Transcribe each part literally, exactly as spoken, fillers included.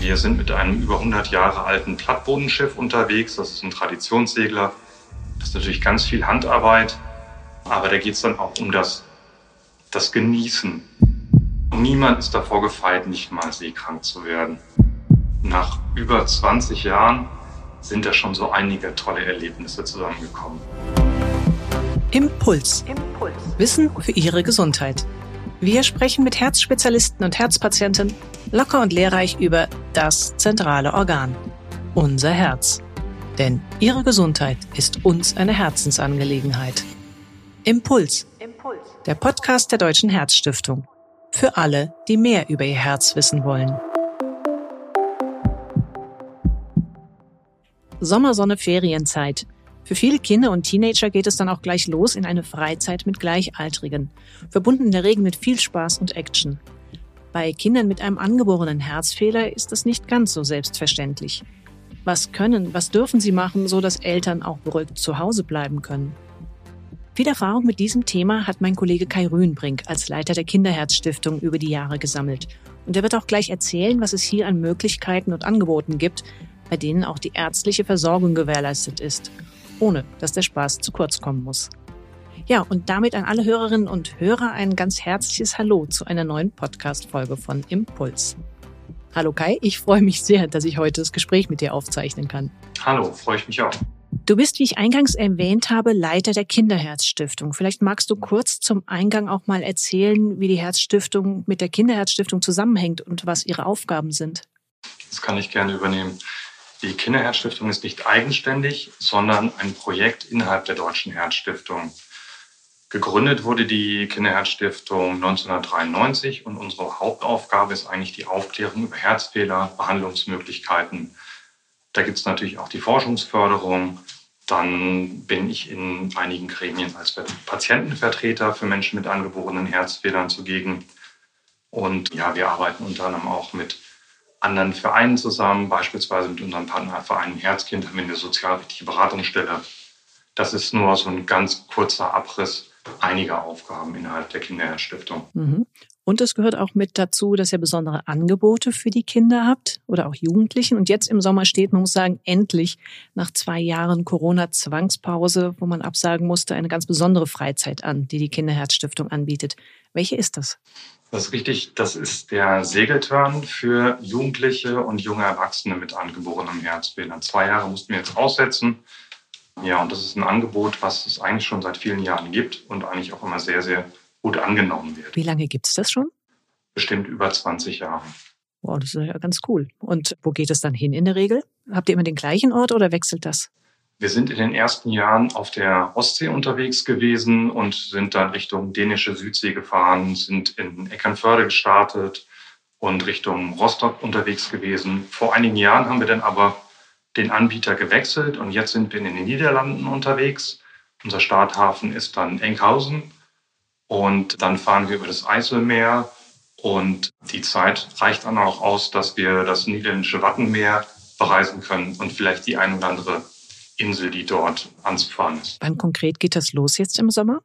Wir sind mit einem über hundert Jahre alten Plattbodenschiff unterwegs. Das ist ein Traditionssegler. Das ist natürlich ganz viel Handarbeit. Aber da geht es dann auch um das, das Genießen. Niemand ist davor gefeit, nicht mal seekrank zu werden. Nach über zwanzig Jahren sind da schon so einige tolle Erlebnisse zusammengekommen. Impuls. Impuls. Wissen für Ihre Gesundheit. Wir sprechen mit Herzspezialisten und Herzpatienten locker und lehrreich über das zentrale Organ, unser Herz. Denn Ihre Gesundheit ist uns eine Herzensangelegenheit. Impuls. Impuls. Der Podcast der Deutschen Herzstiftung. Für alle, die mehr über ihr Herz wissen wollen. Sommersonne, Ferienzeit. Für viele Kinder und Teenager geht es dann auch gleich los in eine Freizeit mit Gleichaltrigen, verbunden in der Regel mit viel Spaß und Action. Bei Kindern mit einem angeborenen Herzfehler ist das nicht ganz so selbstverständlich. Was können, was dürfen sie machen, so dass Eltern auch beruhigt zu Hause bleiben können? Viel Erfahrung mit diesem Thema hat mein Kollege Kai Rühenbrink als Leiter der Kinderherzstiftung über die Jahre gesammelt. Und er wird auch gleich erzählen, was es hier an Möglichkeiten und Angeboten gibt, bei denen auch die ärztliche Versorgung gewährleistet ist, ohne dass der Spaß zu kurz kommen muss. Ja, und damit an alle Hörerinnen und Hörer ein ganz herzliches Hallo zu einer neuen Podcast-Folge von Impuls. Hallo Kai, ich freue mich sehr, dass ich heute das Gespräch mit dir aufzeichnen kann. Hallo, freue ich mich auch. Du bist, wie ich eingangs erwähnt habe, Leiter der Kinderherzstiftung. Vielleicht magst du kurz zum Eingang auch mal erzählen, wie die Herzstiftung mit der Kinderherzstiftung zusammenhängt und was ihre Aufgaben sind. Das kann ich gerne übernehmen. Die Kinderherzstiftung ist nicht eigenständig, sondern ein Projekt innerhalb der Deutschen Herzstiftung. Gegründet wurde die Kinderherzstiftung neunzehnhundertdreiundneunzig und unsere Hauptaufgabe ist eigentlich die Aufklärung über Herzfehler, Behandlungsmöglichkeiten. Da gibt es natürlich auch die Forschungsförderung. Dann bin ich in einigen Gremien als Patientenvertreter für Menschen mit angeborenen Herzfehlern zugegen. Und ja, wir arbeiten unter anderem auch mit anderen Vereinen zusammen, beispielsweise mit unserem Partnerverein Herzkind haben wir eine sozialrechtliche Beratungsstelle. Das ist nur so ein ganz kurzer Abriss einiger Aufgaben innerhalb der Kinderherzstiftung. Mhm. Und es gehört auch mit dazu, dass ihr besondere Angebote für die Kinder habt oder auch Jugendlichen. Und jetzt im Sommer steht, man muss sagen, endlich nach zwei Jahren Corona-Zwangspause, wo man absagen musste, eine ganz besondere Freizeit an, die die Kinderherzstiftung anbietet. Welche ist das? Das ist richtig. Das ist der Segeltörn für Jugendliche und junge Erwachsene mit angeborenem Herzfehler. Zwei Jahre mussten wir jetzt aussetzen. Ja, und das ist ein Angebot, was es eigentlich schon seit vielen Jahren gibt und eigentlich auch immer sehr, sehr gut angenommen wird. Wie lange gibt es das schon? Bestimmt über zwanzig Jahre. Wow, das ist ja ganz cool. Und wo geht es dann hin in der Regel? Habt ihr immer den gleichen Ort oder wechselt das? Wir sind in den ersten Jahren auf der Ostsee unterwegs gewesen und sind dann Richtung dänische Südsee gefahren, sind in Eckernförde gestartet und Richtung Rostock unterwegs gewesen. Vor einigen Jahren haben wir dann aber den Anbieter gewechselt und jetzt sind wir in den Niederlanden unterwegs. Unser Starthafen ist dann Enkhuizen und dann fahren wir über das Eiselmeer und die Zeit reicht dann auch aus, dass wir das niederländische Wattenmeer bereisen können und vielleicht die ein oder andere Insel, die dort anzufahren ist. Wann konkret geht das los jetzt im Sommer?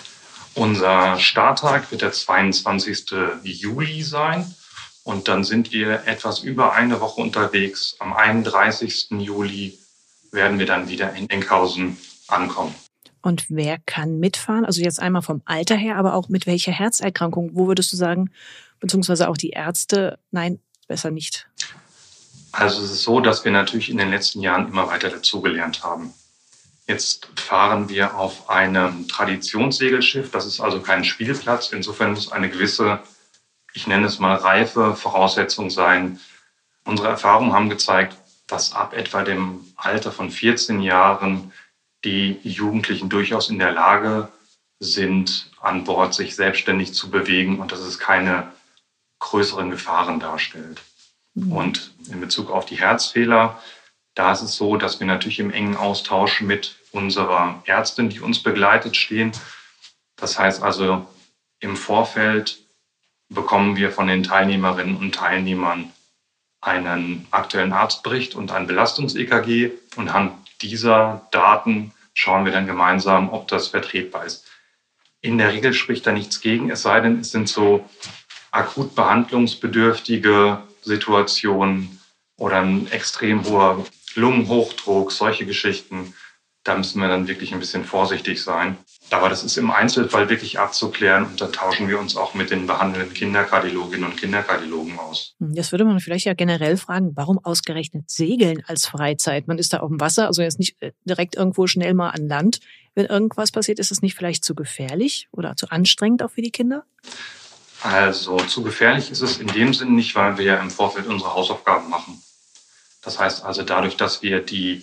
Unser Starttag wird der zweiundzwanzigsten Juli sein. Und dann sind wir etwas über eine Woche unterwegs. Am einunddreißigsten Juli werden wir dann wieder in Enkhuizen ankommen. Und wer kann mitfahren? Also jetzt einmal vom Alter her, aber auch mit welcher Herzerkrankung? Wo würdest du sagen, beziehungsweise auch die Ärzte, nein, besser nicht? Also es ist so, dass wir natürlich in den letzten Jahren immer weiter dazugelernt haben. Jetzt fahren wir auf einem Traditionssegelschiff. Das ist also kein Spielplatz. Insofern muss eine gewisse, ich nenne es mal reife Voraussetzung sein. Unsere Erfahrungen haben gezeigt, dass ab etwa dem Alter von vierzehn Jahren die Jugendlichen durchaus in der Lage sind, an Bord sich selbstständig zu bewegen und dass es keine größeren Gefahren darstellt. Mhm. Und in Bezug auf die Herzfehler, da ist es so, dass wir natürlich im engen Austausch mit unserer Ärztin, die uns begleitet, stehen. Das heißt also, im Vorfeld bekommen wir von den Teilnehmerinnen und Teilnehmern einen aktuellen Arztbericht und ein Belastungs-E K G. Und anhand dieser Daten schauen wir dann gemeinsam, ob das vertretbar ist. In der Regel spricht da nichts gegen, es sei denn, es sind so akut behandlungsbedürftige Situationen, oder ein extrem hoher Lungenhochdruck, solche Geschichten. Da müssen wir dann wirklich ein bisschen vorsichtig sein. Aber das ist im Einzelfall wirklich abzuklären und dann tauschen wir uns auch mit den behandelnden Kinderkardiologinnen und Kinderkardiologen aus. Das würde man vielleicht ja generell fragen, warum ausgerechnet Segeln als Freizeit? Man ist da auf dem Wasser, also jetzt nicht direkt irgendwo schnell mal an Land. Wenn irgendwas passiert, ist es nicht vielleicht zu gefährlich oder zu anstrengend auch für die Kinder? Also zu gefährlich ist es in dem Sinn nicht, weil wir ja im Vorfeld unsere Hausaufgaben machen. Das heißt also dadurch, dass wir die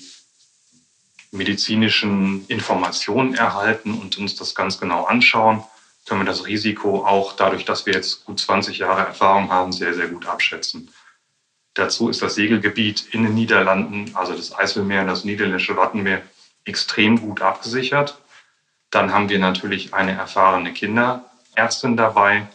medizinischen Informationen erhalten und uns das ganz genau anschauen, können wir das Risiko auch dadurch, dass wir jetzt gut zwanzig Jahre Erfahrung haben, sehr, sehr gut abschätzen. Dazu ist das Segelgebiet in den Niederlanden, also das Eiselmeer und das niederländische Wattenmeer, extrem gut abgesichert. Dann haben wir natürlich eine erfahrene Kinderärztin dabei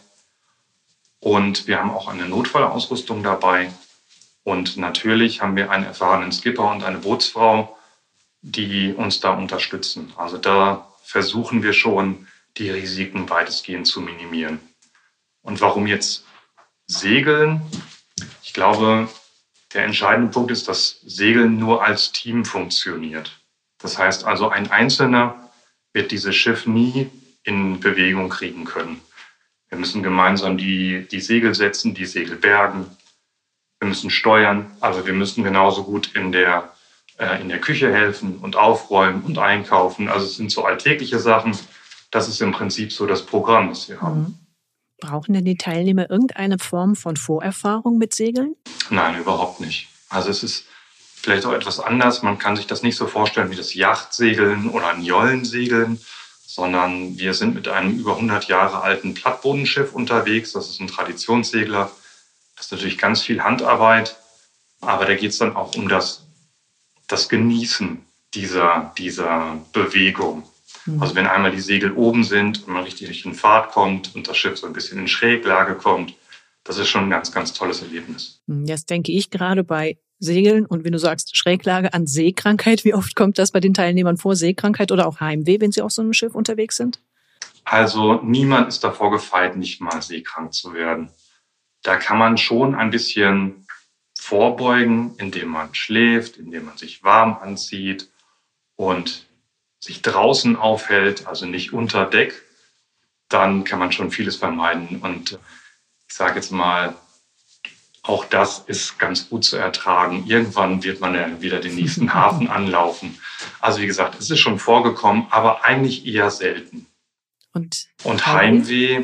und wir haben auch eine Notfallausrüstung dabei. Und natürlich haben wir einen erfahrenen Skipper und eine Bootsfrau, die uns da unterstützen. Also da versuchen wir schon, die Risiken weitestgehend zu minimieren. Und warum jetzt Segeln? Ich glaube, der entscheidende Punkt ist, dass Segeln nur als Team funktioniert. Das heißt also, ein Einzelner wird dieses Schiff nie in Bewegung kriegen können. Wir müssen gemeinsam die, die Segel setzen, die Segel bergen. Wir müssen steuern, aber wir müssen genauso gut in der in der Küche helfen und aufräumen und einkaufen. Also es sind so alltägliche Sachen. Das ist im Prinzip so das Programm, das wir haben. Mhm. Brauchen denn die Teilnehmer irgendeine Form von Vorerfahrung mit Segeln? Nein, überhaupt nicht. Also es ist vielleicht auch etwas anders. Man kann sich das nicht so vorstellen wie das Yachtsegeln oder ein Jollensegeln, sondern wir sind mit einem über hundert Jahre alten Plattbodenschiff unterwegs. Das ist ein Traditionssegler. Das ist natürlich ganz viel Handarbeit, aber da geht es dann auch um das das Genießen dieser, dieser Bewegung. Mhm. Also wenn einmal die Segel oben sind und man richtig in Fahrt kommt und das Schiff so ein bisschen in Schräglage kommt, das ist schon ein ganz, ganz tolles Erlebnis. Das denke ich gerade bei Segeln und wenn du sagst Schräglage an Seekrankheit, wie oft kommt das bei den Teilnehmern vor, Seekrankheit oder auch Heimweh, wenn sie auf so einem Schiff unterwegs sind? Also niemand ist davor gefeit, nicht mal seekrank zu werden. Da kann man schon ein bisschen vorbeugen, indem man schläft, indem man sich warm anzieht und sich draußen aufhält, also nicht unter Deck, dann kann man schon vieles vermeiden. Und ich sage jetzt mal, auch das ist ganz gut zu ertragen. Irgendwann wird man ja wieder den nächsten Hafen anlaufen. Also wie gesagt, es ist schon vorgekommen, aber eigentlich eher selten. Und, und Heimweh,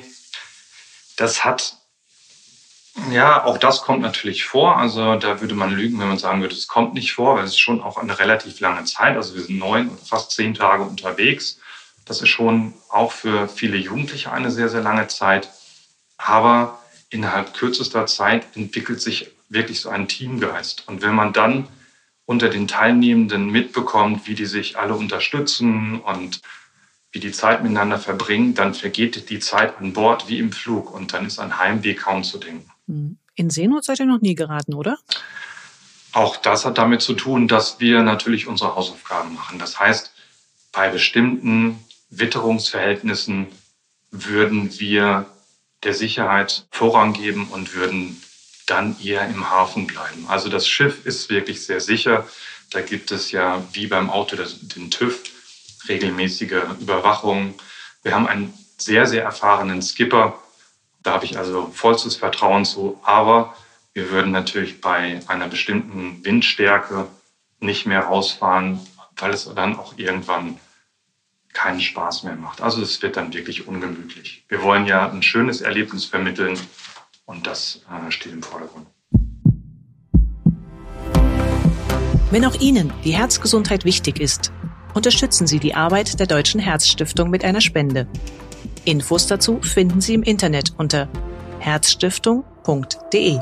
das hat... Ja, auch das kommt natürlich vor. Also da würde man lügen, wenn man sagen würde, es kommt nicht vor, weil es ist schon auch eine relativ lange Zeit. Also wir sind neun oder fast zehn Tage unterwegs. Das ist schon auch für viele Jugendliche eine sehr, sehr lange Zeit. Aber innerhalb kürzester Zeit entwickelt sich wirklich so ein Teamgeist. Und wenn man dann unter den Teilnehmenden mitbekommt, wie die sich alle unterstützen und wie die Zeit miteinander verbringen, dann vergeht die Zeit an Bord wie im Flug und dann ist an Heimweh kaum zu denken. In Seenot seid ihr noch nie geraten, oder? Auch das hat damit zu tun, dass wir natürlich unsere Hausaufgaben machen. Das heißt, bei bestimmten Witterungsverhältnissen würden wir der Sicherheit Vorrang geben und würden dann eher im Hafen bleiben. Also das Schiff ist wirklich sehr sicher. Da gibt es ja wie beim Auto den TÜV, regelmäßige Überwachung. Wir haben einen sehr, sehr erfahrenen Skipper. Da habe ich also vollstes Vertrauen zu. Aber wir würden natürlich bei einer bestimmten Windstärke nicht mehr rausfahren, weil es dann auch irgendwann keinen Spaß mehr macht. Also es wird dann wirklich ungemütlich. Wir wollen ja ein schönes Erlebnis vermitteln und das äh, steht im Vordergrund. Wenn auch Ihnen die Herzgesundheit wichtig ist, unterstützen Sie die Arbeit der Deutschen Herzstiftung mit einer Spende. Infos dazu finden Sie im Internet unter herzstiftung punkt de.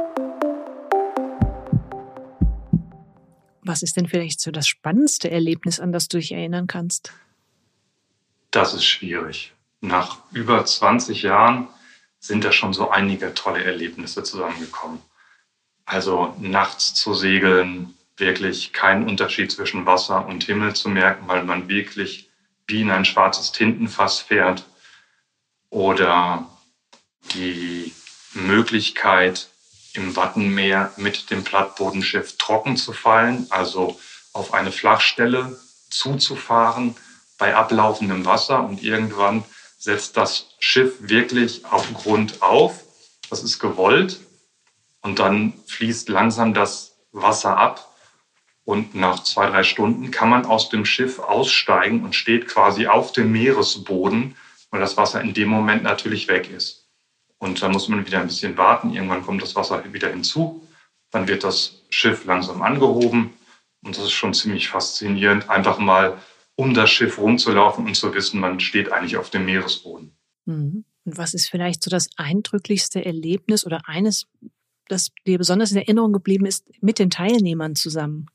Was ist denn vielleicht so das spannendste Erlebnis, an das du dich erinnern kannst? Das ist schwierig. Nach über zwanzig Jahren sind da schon so einige tolle Erlebnisse zusammengekommen. Also nachts zu segeln, wirklich keinen Unterschied zwischen Wasser und Himmel zu merken, weil man wirklich wie in ein schwarzes Tintenfass fährt. Oder die Möglichkeit, im Wattenmeer mit dem Plattbodenschiff trocken zu fallen, also auf eine Flachstelle zuzufahren bei ablaufendem Wasser, und irgendwann setzt das Schiff wirklich auf Grund auf. Das ist gewollt, und dann fließt langsam das Wasser ab, und nach zwei, drei Stunden kann man aus dem Schiff aussteigen und steht quasi auf dem Meeresboden, weil das Wasser in dem Moment natürlich weg ist. Und dann muss man wieder ein bisschen warten. Irgendwann kommt das Wasser wieder hinzu. Dann wird das Schiff langsam angehoben. Und das ist schon ziemlich faszinierend, einfach mal um das Schiff rumzulaufen und zu wissen, man steht eigentlich auf dem Meeresboden. Mhm. Und was ist vielleicht so das eindrücklichste Erlebnis oder eines, das dir besonders in Erinnerung geblieben ist, mit den Teilnehmern zusammen?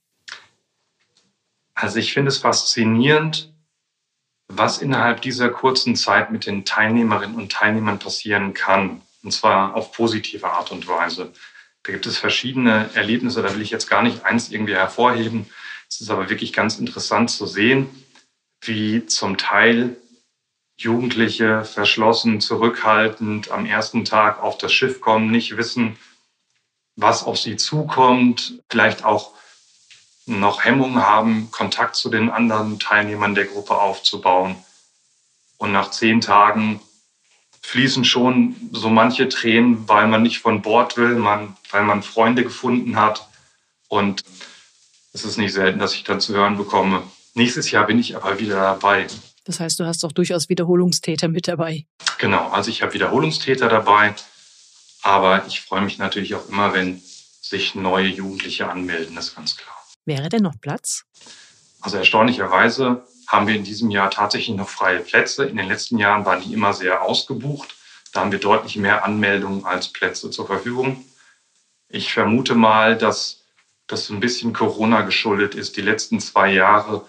Also ich finde es faszinierend, was innerhalb dieser kurzen Zeit mit den Teilnehmerinnen und Teilnehmern passieren kann. Und zwar auf positive Art und Weise. Da gibt es verschiedene Erlebnisse, da will ich jetzt gar nicht eins irgendwie hervorheben. Es ist aber wirklich ganz interessant zu sehen, wie zum Teil Jugendliche verschlossen, zurückhaltend am ersten Tag auf das Schiff kommen, nicht wissen, was auf sie zukommt, vielleicht auch noch Hemmungen haben, Kontakt zu den anderen Teilnehmern der Gruppe aufzubauen. Und nach zehn Tagen fließen schon so manche Tränen, weil man nicht von Bord will, man, weil man Freunde gefunden hat. Und es ist nicht selten, dass ich dann zu hören bekomme, nächstes Jahr bin ich aber wieder dabei. Das heißt, du hast auch durchaus Wiederholungstäter mit dabei. Genau, also ich habe Wiederholungstäter dabei, aber ich freue mich natürlich auch immer, wenn sich neue Jugendliche anmelden, das ist ganz klar. Wäre denn noch Platz? Also erstaunlicherweise haben wir in diesem Jahr tatsächlich noch freie Plätze. In den letzten Jahren waren die immer sehr ausgebucht. Da haben wir deutlich mehr Anmeldungen als Plätze zur Verfügung. Ich vermute mal, dass das ein bisschen Corona geschuldet ist. Die letzten zwei Jahre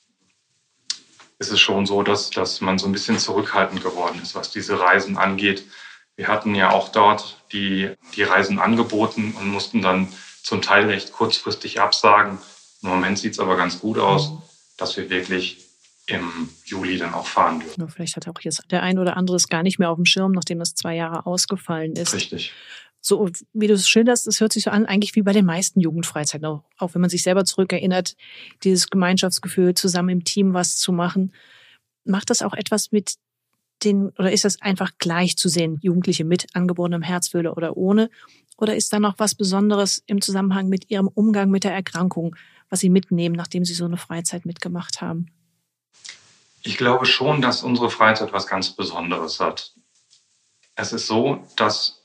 ist es schon so, dass, dass man so ein bisschen zurückhaltend geworden ist, was diese Reisen angeht. Wir hatten ja auch dort die, die Reisen angeboten und mussten dann zum Teil recht kurzfristig absagen. Im Moment sieht es aber ganz gut aus, dass wir wirklich im Juli dann auch fahren dürfen. Ja, vielleicht hat auch jetzt der ein oder andere es gar nicht mehr auf dem Schirm, nachdem das zwei Jahre ausgefallen ist. Richtig. So wie du es schilderst, es hört sich so an, eigentlich wie bei den meisten Jugendfreizeiten, auch, auch wenn man sich selber zurückerinnert, dieses Gemeinschaftsgefühl, zusammen im Team was zu machen. Macht das auch etwas mit den, oder ist das einfach gleich zu sehen, Jugendliche mit angeborenem Herzfehler oder ohne? Oder ist da noch was Besonderes im Zusammenhang mit ihrem Umgang mit der Erkrankung, was sie mitnehmen, nachdem sie so eine Freizeit mitgemacht haben? Ich glaube schon, dass unsere Freizeit was ganz Besonderes hat. Es ist so, dass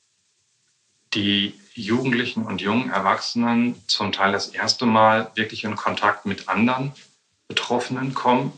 die Jugendlichen und jungen Erwachsenen zum Teil das erste Mal wirklich in Kontakt mit anderen Betroffenen kommen.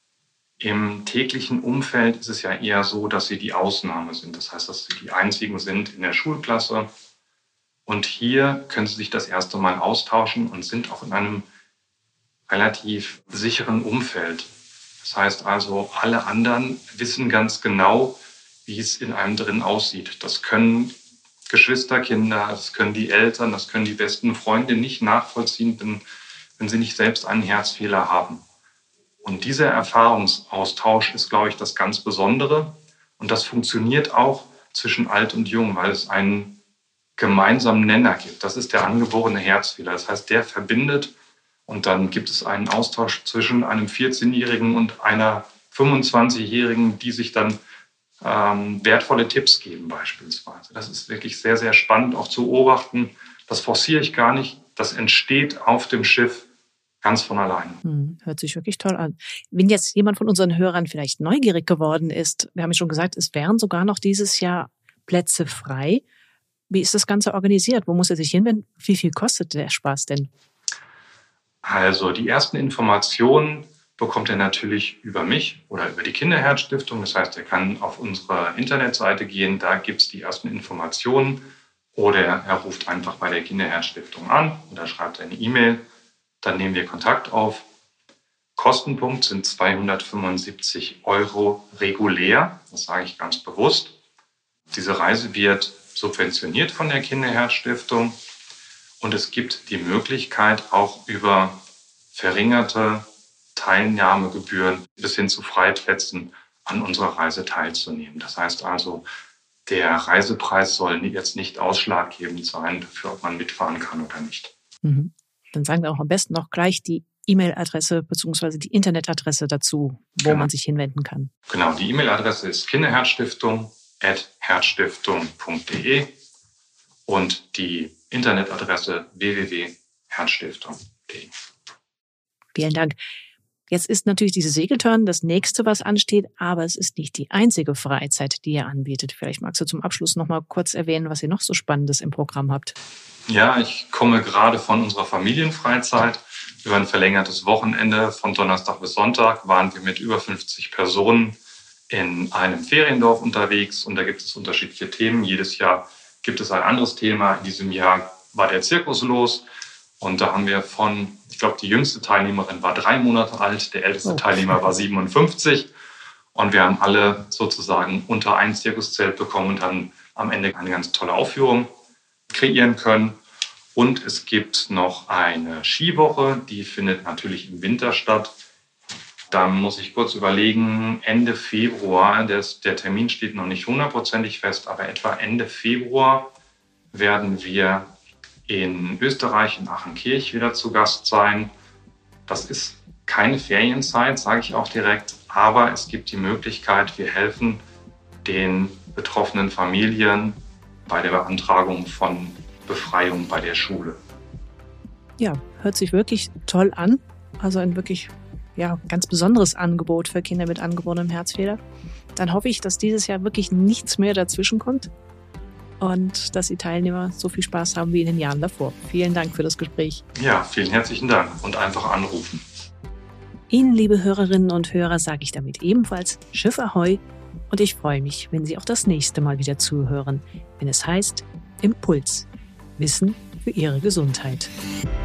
Im täglichen Umfeld ist es ja eher so, dass sie die Ausnahme sind. Das heißt, dass sie die Einzigen sind in der Schulklasse. Und hier können sie sich das erste Mal austauschen und sind auch in einem relativ sicheren Umfeld. Das heißt also, alle anderen wissen ganz genau, wie es in einem drin aussieht. Das können Geschwisterkinder, das können die Eltern, das können die besten Freunde nicht nachvollziehen, wenn, wenn sie nicht selbst einen Herzfehler haben. Und dieser Erfahrungsaustausch ist, glaube ich, das ganz Besondere. Und das funktioniert auch zwischen alt und jung, weil es einen gemeinsamen Nenner gibt. Das ist der angeborene Herzfehler. Das heißt, der verbindet, und dann gibt es einen Austausch zwischen einem vierzehnjährigen und einer fünfundzwanzigjährigen, die sich dann ähm, wertvolle Tipps geben beispielsweise. Das ist wirklich sehr, sehr spannend auch zu beobachten. Das forciere ich gar nicht. Das entsteht auf dem Schiff ganz von allein. Hm, hört sich wirklich toll an. Wenn jetzt jemand von unseren Hörern vielleicht neugierig geworden ist, wir haben ja schon gesagt, es wären sogar noch dieses Jahr Plätze frei. Wie ist das Ganze organisiert? Wo muss er sich hinwenden? Wie viel kostet der Spaß denn? Also die ersten Informationen bekommt er natürlich über mich oder über die Kinderherzstiftung. Das heißt, er kann auf unsere Internetseite gehen, da gibt es die ersten Informationen. Oder er ruft einfach bei der Kinderherzstiftung an oder schreibt eine E-Mail. Dann nehmen wir Kontakt auf. Kostenpunkt sind zweihundertfünfundsiebzig Euro regulär. Das sage ich ganz bewusst. Diese Reise wird subventioniert von der Kinderherzstiftung. Und es gibt die Möglichkeit, auch über verringerte Teilnahmegebühren bis hin zu Freiplätzen an unserer Reise teilzunehmen. Das heißt also, Der Reisepreis soll jetzt nicht ausschlaggebend sein dafür, ob man mitfahren kann oder nicht. Mhm. Dann sagen wir auch am besten noch gleich die E-Mail-Adresse bzw. die Internetadresse dazu, wo Genau. man sich hinwenden kann. Genau, die E-Mail-Adresse ist kinderherzstiftung at herzstiftung punkt de und die Internetadresse w w w punkt herzstiftung punkt de. Vielen Dank. Jetzt ist natürlich diese Segeltörn das nächste, was ansteht, aber es ist nicht die einzige Freizeit, die ihr anbietet. Vielleicht magst du zum Abschluss noch mal kurz erwähnen, was ihr noch so Spannendes im Programm habt. Ja, ich komme gerade von unserer Familienfreizeit. Über ein verlängertes Wochenende von Donnerstag bis Sonntag waren wir mit über fünfzig Personen in einem Feriendorf unterwegs und da gibt es unterschiedliche Themen. Jedes Jahr gibt es ein anderes Thema. In diesem Jahr war der Zirkus los und da haben wir von, ich glaube, die jüngste Teilnehmerin war drei Monate alt, der älteste oh. Teilnehmer war siebenundfünfzig und wir haben alle sozusagen unter ein Zirkuszelt bekommen und haben am Ende eine ganz tolle Aufführung kreieren können. Und es gibt noch eine Skiwoche, die findet natürlich im Winter statt. Da muss ich kurz überlegen, Ende Februar, das, der Termin steht noch nicht hundertprozentig fest, aber etwa Ende Februar werden wir in Österreich, in Achenkirch wieder zu Gast sein. Das ist keine Ferienzeit, sage ich auch direkt, aber es gibt die Möglichkeit, wir helfen den betroffenen Familien bei der Beantragung von Befreiung bei der Schule. Ja, hört sich wirklich toll an. Also ein wirklich ja, ganz besonderes Angebot für Kinder mit angeborenem Herzfehler. Dann hoffe ich, dass dieses Jahr wirklich nichts mehr dazwischen kommt und dass die Teilnehmer so viel Spaß haben wie in den Jahren davor. Vielen Dank für das Gespräch. Ja, vielen herzlichen Dank und einfach anrufen. Ihnen, liebe Hörerinnen und Hörer, sage ich damit ebenfalls Schiff Ahoi und ich freue mich, wenn Sie auch das nächste Mal wieder zuhören, wenn es heißt Impuls. Wissen für Ihre Gesundheit.